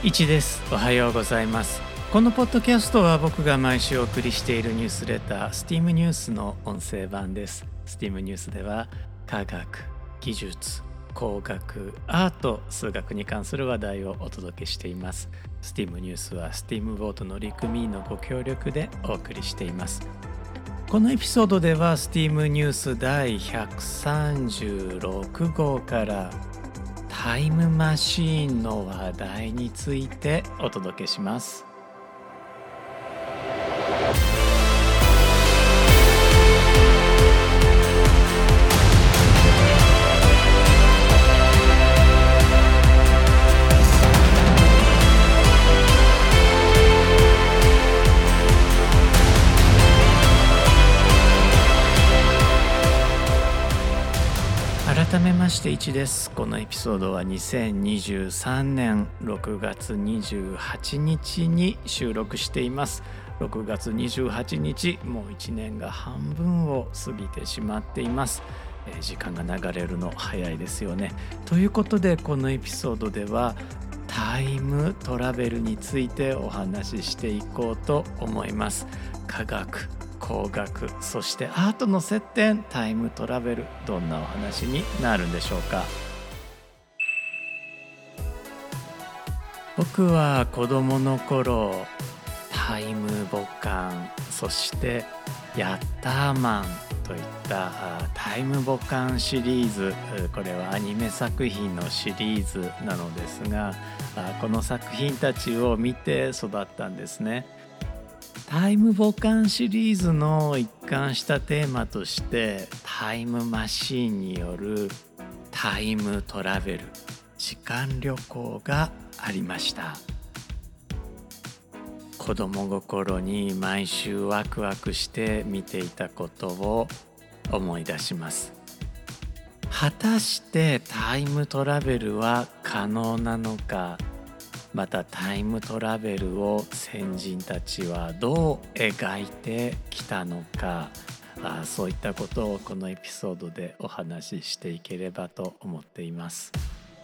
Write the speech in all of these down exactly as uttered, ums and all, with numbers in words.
いちです。おはようございます。このポッドキャストは僕が毎週お送りしているニュースレター STEAM ニュースの音声版です。 STEAM ニュースでは科学、技術、工学、アート、数学に関する話題をお届けしています。 STEAM ニュースは STEAM ボート乗組員のご協力でお送りしています。このエピソードでは STEAM ニュースだいひゃくさんじゅうろく号からタイムマシーンの話題についてお届けします。改めましていちです。このエピソードはにせんにじゅうさんねんろくがつにじゅうはちにちに収録しています。ろくがつにじゅうはちにち、もういちねんが半分を過ぎてしまっています。えー、時間が流れるの早いですよね。ということでこのエピソードではタイムトラベルについてお話ししていこうと思います。科学、工学、そしてアートの接点、タイムトラベル、どんなお話になるんでしょうか。僕は子供の頃、タイムボカン、そしてヤッターマンといったタイムボカンシリーズ、これはアニメ作品のシリーズなのですが、この作品たちを見て育ったんですね。タイムボカンシリーズの一貫したテーマとしてタイムマシーンによるタイムトラベル、時間旅行がありました。子供心に毎週ワクワクして見ていたことを思い出します。果たしてタイムトラベルは可能なのか、またタイムトラベルを先人たちはどう描いてきたのか、あそういったことをこのエピソードでお話ししていければと思っています。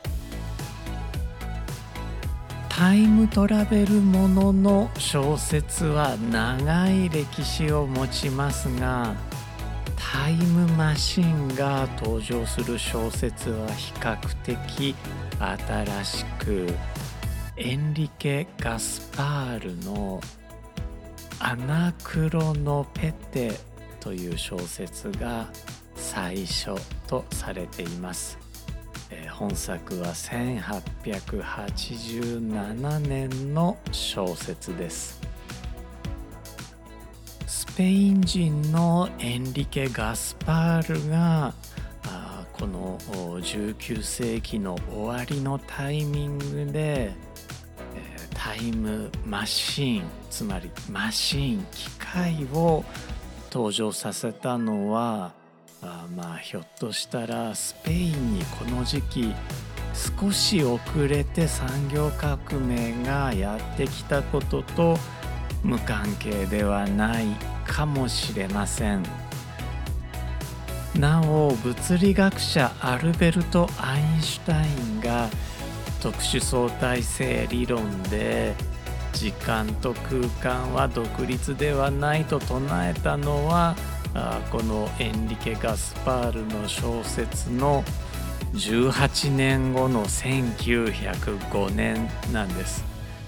タイムトラベルものの小説は長い歴史を持ちますが、タイムマシンが登場する小説は比較的新しく、エンリケ・ガスパールのアナクロノペテという小説が最初とされています。えー、本作はせんはっぴゃくはちじゅうななねんの小説です。スペイン人のエンリケ・ガスパールがこのじゅうきゅうせいきの終わりのタイミングでタイムマシーン、つまりマシーン、機械を登場させたのは、あまあひょっとしたらスペインにこの時期少し遅れて産業革命がやってきたことと無関係ではないかもしれません。なお、物理学者アルベルト・アインシュタインが特殊相対性理論で時間と空間は独立ではないと唱えたのは、このエンリケ・ガスパールの小説のじゅうはちねんごのせんきゅうひゃくごねんなんです。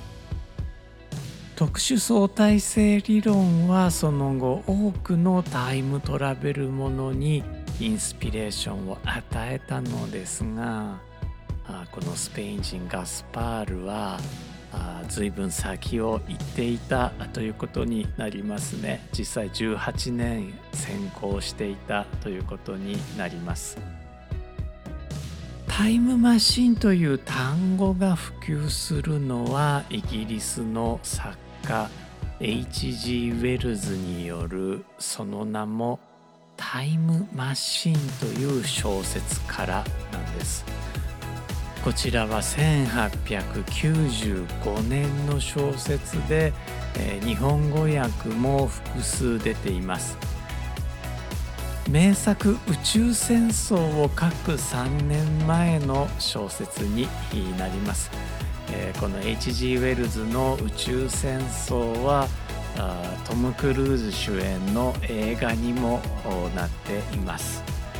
特殊相対性理論はその後多くのタイムトラベルものにインスピレーションを与えたのですが、このスペイン人ガスパールは随分先を行っていたということになりますね。実際じゅうはちねん先行していたということになります。タイムマシンという単語が普及するのはイギリスの作家 エイチジー ウェルズによる、その名もタイムマシンという小説からなんです。こちらはせんはっぴゃくきゅうじゅうごねんの小説で、えー、日本語訳も複数出ています。名作宇宙戦争を書くさんねんまえの小説になります。 えー、この エイチジー ウェルズの宇宙戦争はあトム・クルーズ主演の映画にもなっています。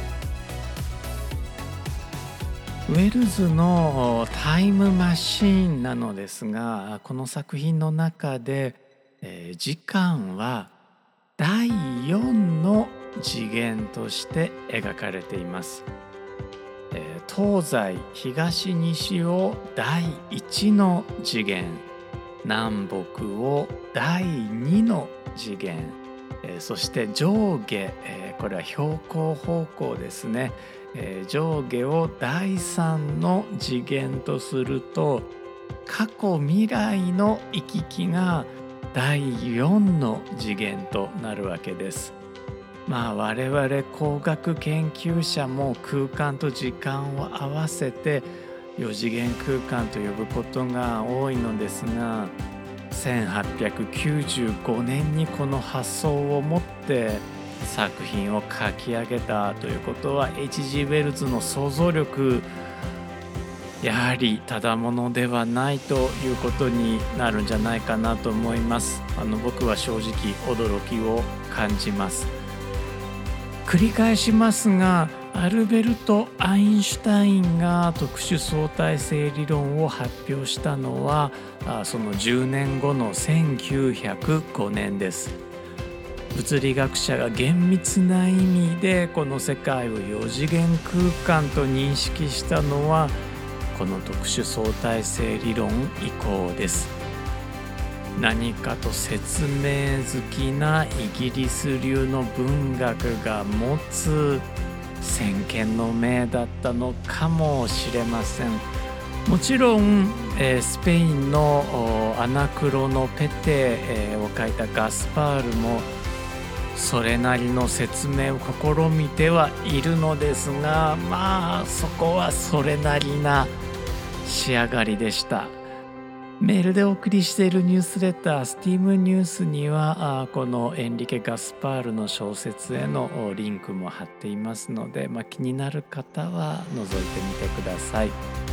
ウェルズのタイムマシーンなのですが、この作品の中で、えー、時間はだいよんの次元として描かれています。えー、東西東西をだいいちの次元、南北をだいにの次元、えー、そして上下、えー、これは標高方向ですね、えー、上下をだいさんの次元とすると、過去未来の行き来がだいよんの次元となるわけです。まあ我々工学研究者も空間と時間を合わせてよ次元空間と呼ぶことが多いのですが、せんはっぴゃくきゅうじゅうごねんにこの発想を持って作品を書き上げたということは、 エイチジー ウェルズの想像力、やはりただものではないということになるんじゃないかなと思います。あの僕は正直驚きを感じます。繰り返しますが、アルベルト・アインシュタインが特殊相対性理論を発表したのはそのじゅうねんごのせんきゅうひゃくごねんです。物理学者が厳密な意味でこの世界をよ次元空間と認識したのはこの特殊相対性理論以降です。何かと説明好きなイギリス流の文学が持つ先見の明だったのかもしれません。もちろん、えー、スペインのアナクロノペテ、えー、を書いたガスパールもそれなりの説明を試みてはいるのですが、まあそこはそれなりな仕上がりでした。メールでお送りしているニュースレタースティームニュースにはこのエンリケ・ガスパールの小説へのリンクも貼っていますので、まあ、気になる方は覗いてみてください。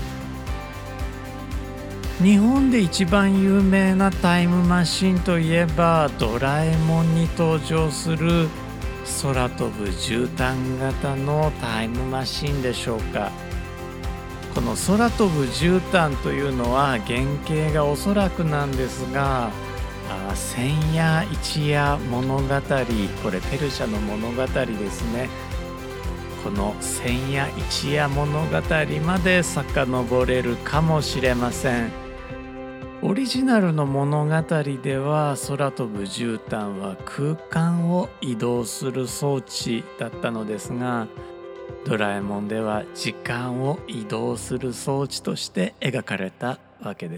日本で一番有名なタイムマシンといえばドラえもんに登場する空飛ぶ絨毯型のタイムマシンでしょうか。この空飛ぶ絨毯というのは原型がおそらくなんですが、千夜一夜物語、これペルシャの物語ですね。この千夜一夜物語まで遡れるかもしれません。オリジナルの物語では空飛ぶ絨毯は空間を移動する装置だったのですが、ドラえもんでは時間を移動する装置として描かれたわけです。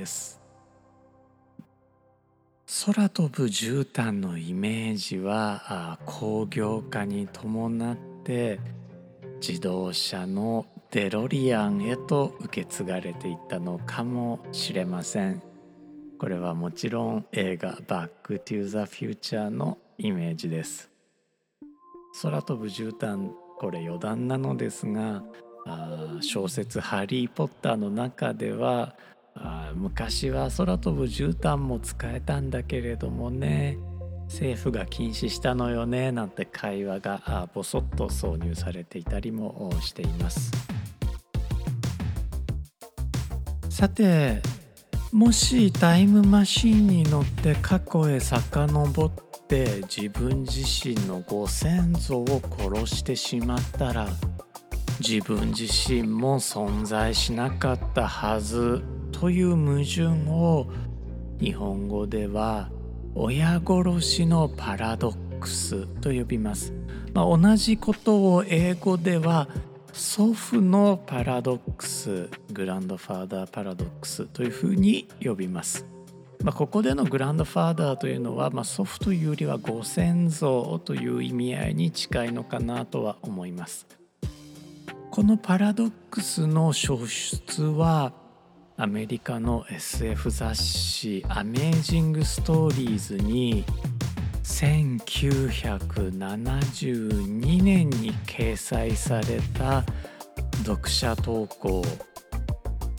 空飛ぶ絨毯のイメージは工業化に伴って自動車のデロリアンへと受け継がれていったのかもしれません。これはもちろん映画バックトゥザフューチャーのイメージです。空飛ぶ絨毯、これ余談なのですが、あ小説ハリーポッターの中ではあ昔は空飛ぶ絨毯も使えたんだけれどもね、政府が禁止したのよねなんて会話があぼそっと挿入されていたりもしています。さて、もしタイムマシーンに乗って過去へ遡って自分自身のご先祖を殺してしまったら、自分自身も存在しなかったはずという矛盾を日本語では親殺しのパラドックスと呼びます。まあ、同じことを英語では祖父のパラドックス、グランドファーダーパラドックスというふうに呼びます。まあ、ここでのグランドファーダーというのは、まあ、祖父というよりはご先祖という意味合いに近いのかなとは思います。このパラドックスの初出はアメリカの エスエフ 雑誌アメージングストーリーズにせんきゅうひゃくななじゅうにねんに掲載された読者投稿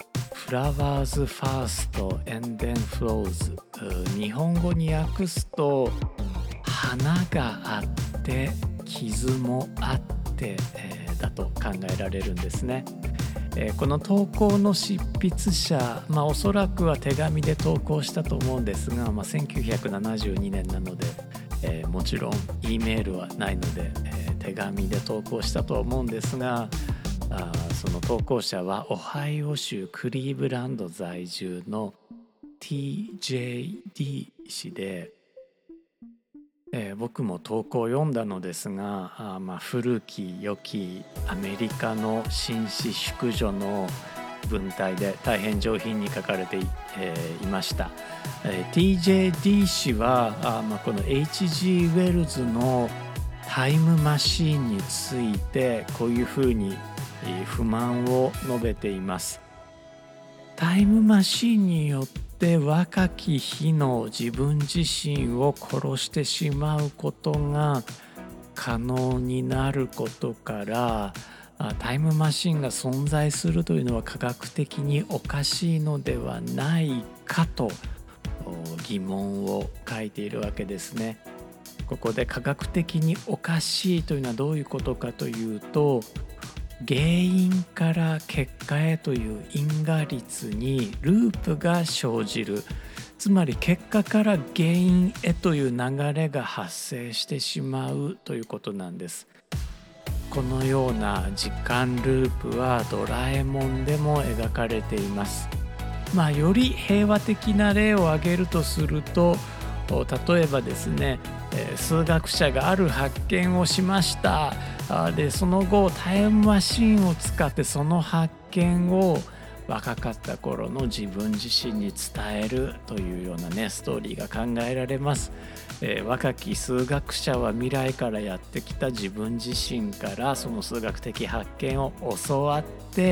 flowers first and then flows、 日本語に訳すと花があって傷もあって、えー、だと考えられるんですね。えー、この投稿の執筆者、まあ、おそらくは手紙で投稿したと思うんですが、まあ、せんきゅうひゃくななじゅうにねんなので、えー、もちろん E メールはないので、えー、手紙で投稿したとは思うんですが、あその投稿者はオハイオ州クリーブランド在住の ティージェーディー 氏で、えー、僕も投稿を読んだのですが、あまあ古き良きアメリカの紳士淑女の文体で大変上品に書かれて い,、えー、いました。えー、ティージェーディー 氏はあ、まあ、この エイチジー ウェルズのタイムマシーンについてこういうふうに不満を述べています。タイムマシーンによって若き日の自分自身を殺してしまうことが可能になることから、タイムマシーンが存在するというのは科学的におかしいのではないかと疑問を書いているわけですね。ここで科学的におかしいというのはどういうことかというと、原因から結果へという因果律にループが生じる、つまり結果から原因へという流れが発生してしまうということなんです。このような時間ループはドラえもんでも描かれています。まあ、より平和的な例を挙げるとすると、例えばですね、数学者がある発見をしました。でその後タイムマシーンを使ってその発見を若かった頃の自分自身に伝えるというようなねストーリーが考えられます。えー、若き数学者は未来からやってきた自分自身からその数学的発見を教わって、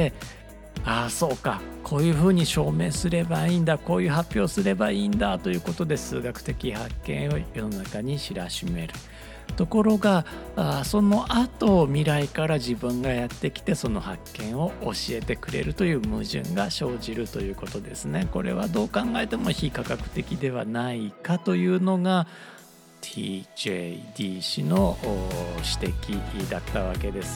ああそうか、こういうふうに証明すればいいんだ、こういう発表すればいいんだということで数学的発見を世の中に知らしめる。ところがあその後未来から自分がやってきてその発見を教えてくれるという矛盾が生じるということですね。これはどう考えても非科学的ではないかというのが ティージェーディー 氏の指摘だったわけです。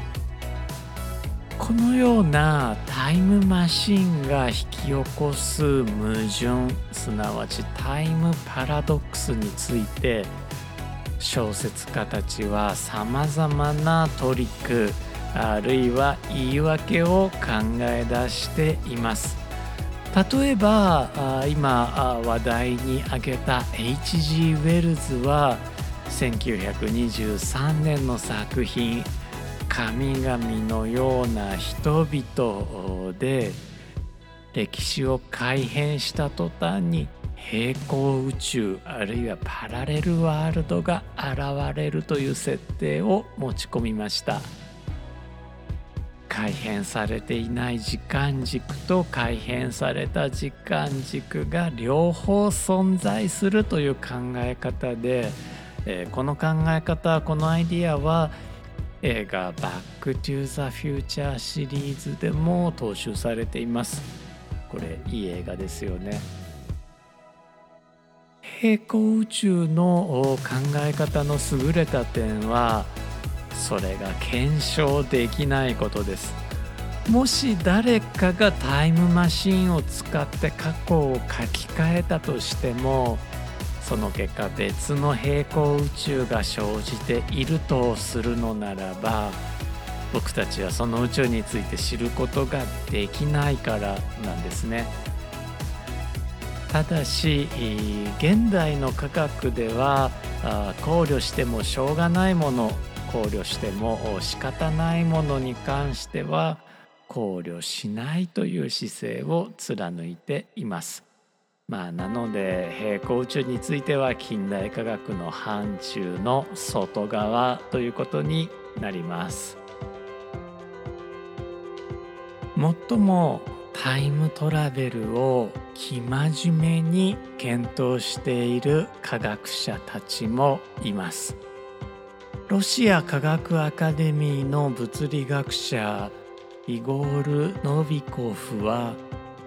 このようなタイムマシンが引き起こす矛盾、すなわちタイムパラドックスについて小説家たちはさまざまなトリックあるいは言い訳を考え出しています。例えば今話題に挙げた エイチジー ウェルズはせんきゅうひゃくにじゅうさんねんの作品神々のような人々で歴史を改変した途端に平行宇宙あるいはパラレルワールドが現れるという設定を持ち込みました。改変されていない時間軸と改変された時間軸が両方存在するという考え方で、えー、この考え方このアイディアは映画バックトゥザフューチャーシリーズでも踏襲されています。これいい映画ですよね。平行宇宙の考え方の優れた点はそれが検証できないことです。もし誰かがタイムマシンを使って過去を書き換えたとしてもその結果別の平行宇宙が生じているとするのならば僕たちはその宇宙について知ることができないからなんですね。ただし現代の科学では考慮してもしょうがないもの考慮しても仕方ないものに関しては考慮しないという姿勢を貫いています。まあ、なので平行宇宙については近代科学の範疇の外側ということになります。もっともタイムトラベルを生真面目に検討している科学者たちもいます。ロシア科学アカデミーの物理学者イゴール・ノビコフは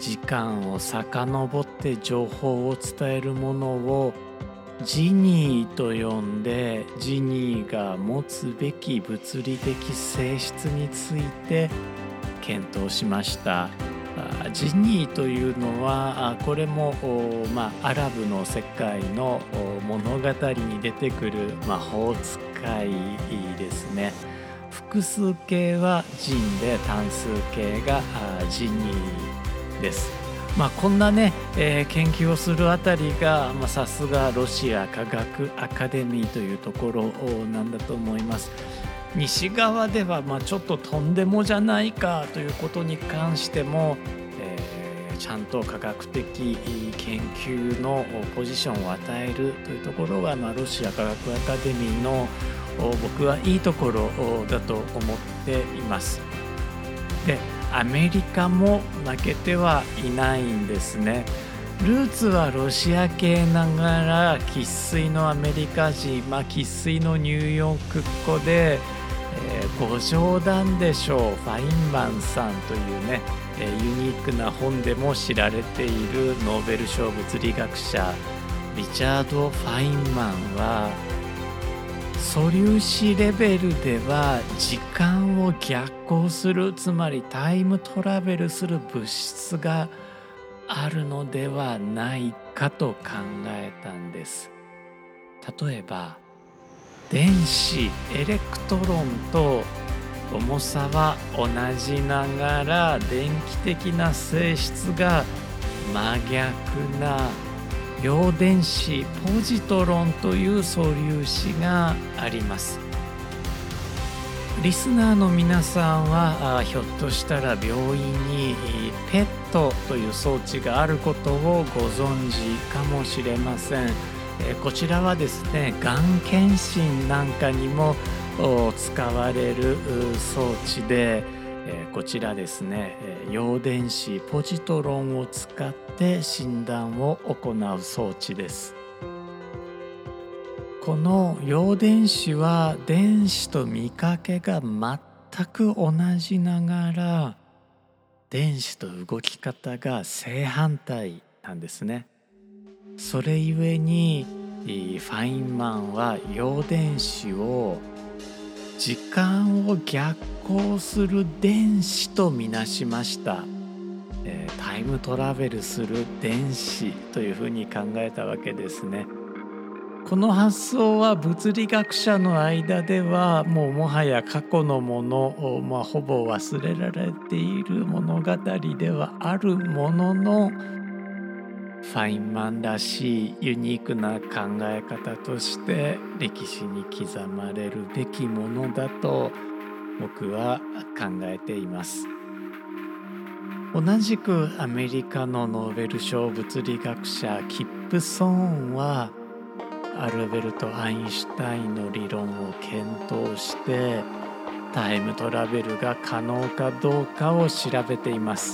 時間を遡って情報を伝えるものをジニーと呼んで、ジニーが持つべき物理的性質について検討しました。ジニーというのはこれも、まあ、アラブの世界の物語に出てくる魔法使いですね。複数形はジンで単数形がジニーです。まあ、こんなね、えー、研究をするあたりが、まあ、さすがロシア科学アカデミーというところなんだと思います。西側ではまあちょっととんでもじゃないかということに関しても、えー、ちゃんと科学的研究のポジションを与えるというところが、まあ、ロシア科学アカデミーの僕はいいところだと思っています。で、アメリカも負けてはいないんですね。ルーツはロシア系ながら生粋のアメリカ人、まあ生粋のニューヨークっ子で、えー、ご冗談でしょう、ファインマンさんというね、えー、ユニークな本でも知られているノーベル賞物理学者リチャード・ファインマンは、素粒子レベルでは時間を逆行する、つまりタイムトラベルする物質があるのではないかと考えたんです。例えば電子エレクトロンと重さは同じながら電気的な性質が真逆な陽電子ポジトロンという素粒子があります。リスナーの皆さんはひょっとしたら病院にペットという装置があることをご存知かもしれません。こちらはですね、がん検診なんかにも使われる装置で、こちらですね、陽電子ポジトロンを使って診断を行う装置です。この陽電子は電子と見かけが全く同じながら、電子と動き方が正反対なんですね。それゆえにファインマンは陽電子を時間を逆行する電子とみなしました。えー、タイムトラベルする電子というふうに考えたわけですね。この発想は物理学者の間ではもうもはや過去のものを、まあ、ほぼ忘れられている物語ではあるものの、ファインマンらしいユニークな考え方として歴史に刻まれるべきものだと僕は考えています。同じくアメリカのノーベル賞物理学者キップソーンはアルベルト・アインシュタインの理論を検討してタイムトラベルが可能かどうかを調べています。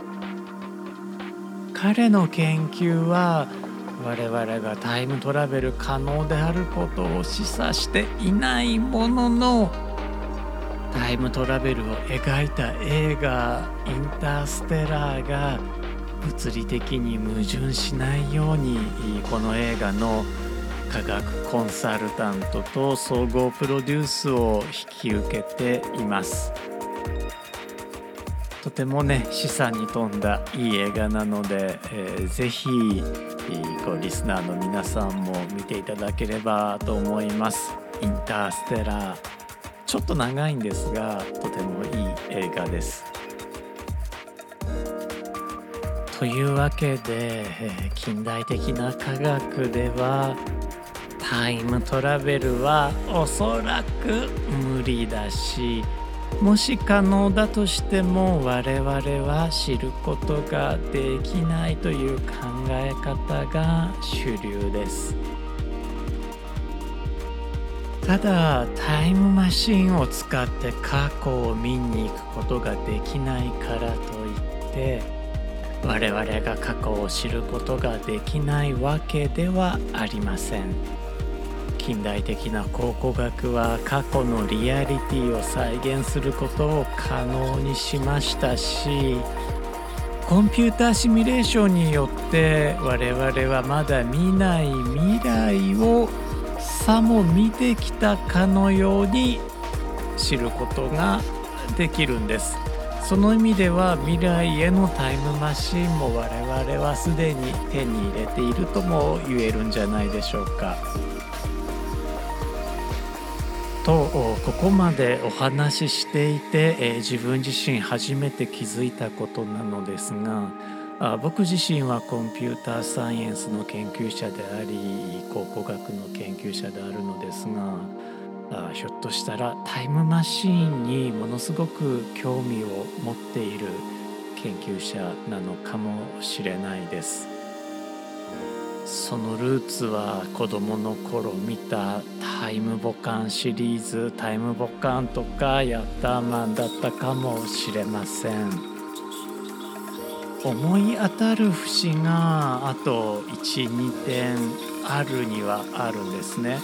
彼の研究は我々がタイムトラベル可能であることを示唆していないものの、タイムトラベルを描いた映画インターステラーが物理的に矛盾しないようにこの映画の科学コンサルタントと総合プロデュースを引き受けています。とてもね、示唆に富んだいい映画なので、えー、ぜひこうリスナーの皆さんも見ていただければと思います。インターステラー、ちょっと長いんですがとてもいい映画です。というわけで、えー、近代的な科学ではタイムトラベルはおそらく無理だし、もし可能だとしても我々は知ることができないという考え方が主流です。ただタイムマシンを使って過去を見に行くことができないからといって我々が過去を知ることができないわけではありません。近代的な考古学は過去のリアリティを再現することを可能にしましたし、 コンピューターシミュレーションによって我々はまだ見ない未来をさも見てきたかのように知ることができるんです。その意味では未来へのタイムマシンも我々はすでに手に入れているとも言えるんじゃないでしょうか。とここまでお話ししていて、えー、自分自身初めて気づいたことなのですが、あ僕自身はコンピューターサイエンスの研究者であり考古学の研究者であるのですが、あひょっとしたらタイムマシーンにものすごく興味を持っている研究者なのかもしれないです。そのルーツは子供の頃見たタイムボカンシリーズ、タイムボカンとかヤッターマンだったかもしれません。思い当たる節があといち、にてんあるにはあるんですね。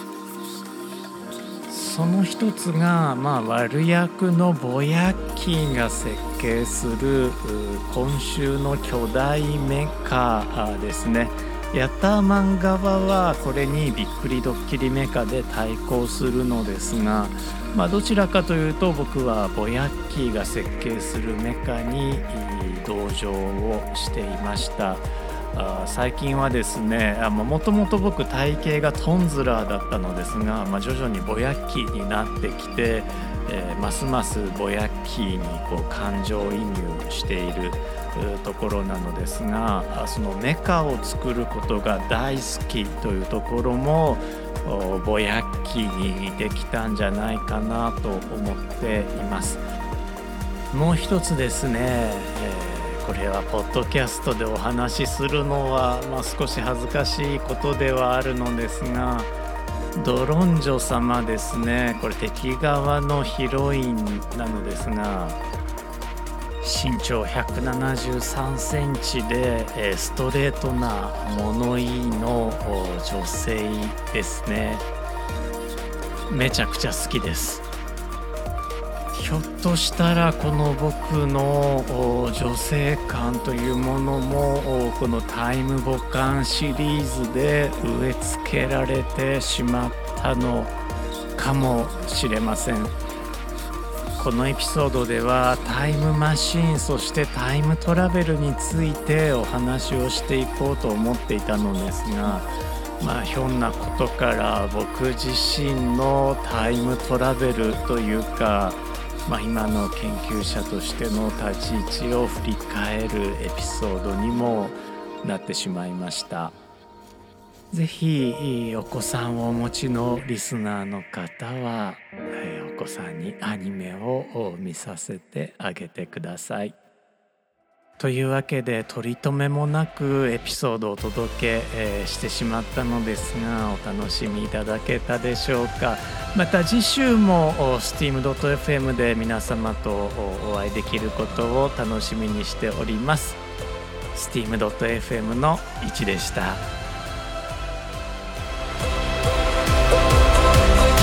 その一つが、まあ、悪役のボヤッキーが設計する今週の巨大メカですね。ヤッターマン側はこれにびっくりドッキリメカで対抗するのですが、まあ、どちらかというと僕はボヤッキーが設計するメカに同情をしていました。あ最近はですね、もともと僕体型がトンズラーだったのですが、まあ、徐々にボヤッキーになってきて、えー、ますますボヤッキーにこう感情移入しているところなのですが、そのメカを作ることが大好きというところもボヤッキーに似てきたんじゃないかなと思っています。もう一つですね、えー、これはポッドキャストでお話しするのは、まあ、少し恥ずかしいことではあるのですが、ドロンジョ様ですね。これ敵側のヒロインなのですが、身長ひゃくななじゅうさんセンチでストレートな物言いの女性ですね。めちゃくちゃ好きです。ひょっとしたらこの僕の女性感というものもこのタイムボカンシリーズで植え付けられてしまったのかもしれません。このエピソードではタイムマシーン、そしてタイムトラベルについてお話をしていこうと思っていたのですが、まあひょんなことから僕自身のタイムトラベルというか、まあ、今の研究者としての立ち位置を振り返るエピソードにもなってしまいました。ぜひお子さんをお持ちのリスナーの方はお子さんにアニメを見させてあげてください。というわけで取り留めもなくエピソードをお届け、えー、してしまったのですが、お楽しみいただけたでしょうか。また次週も スティームドットエフエム で皆様とお会いできることを楽しみにしております。 スティームドットエフエム のいちでした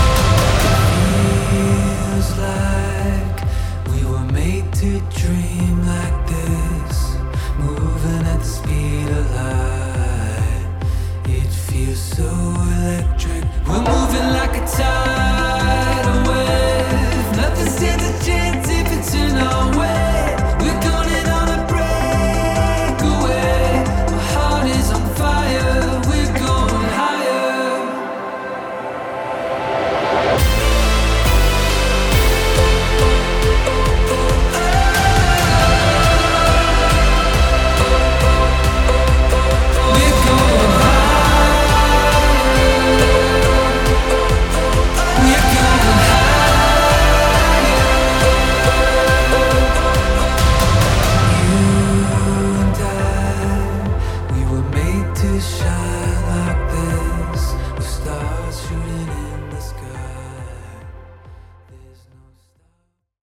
。Feels like we were made to dream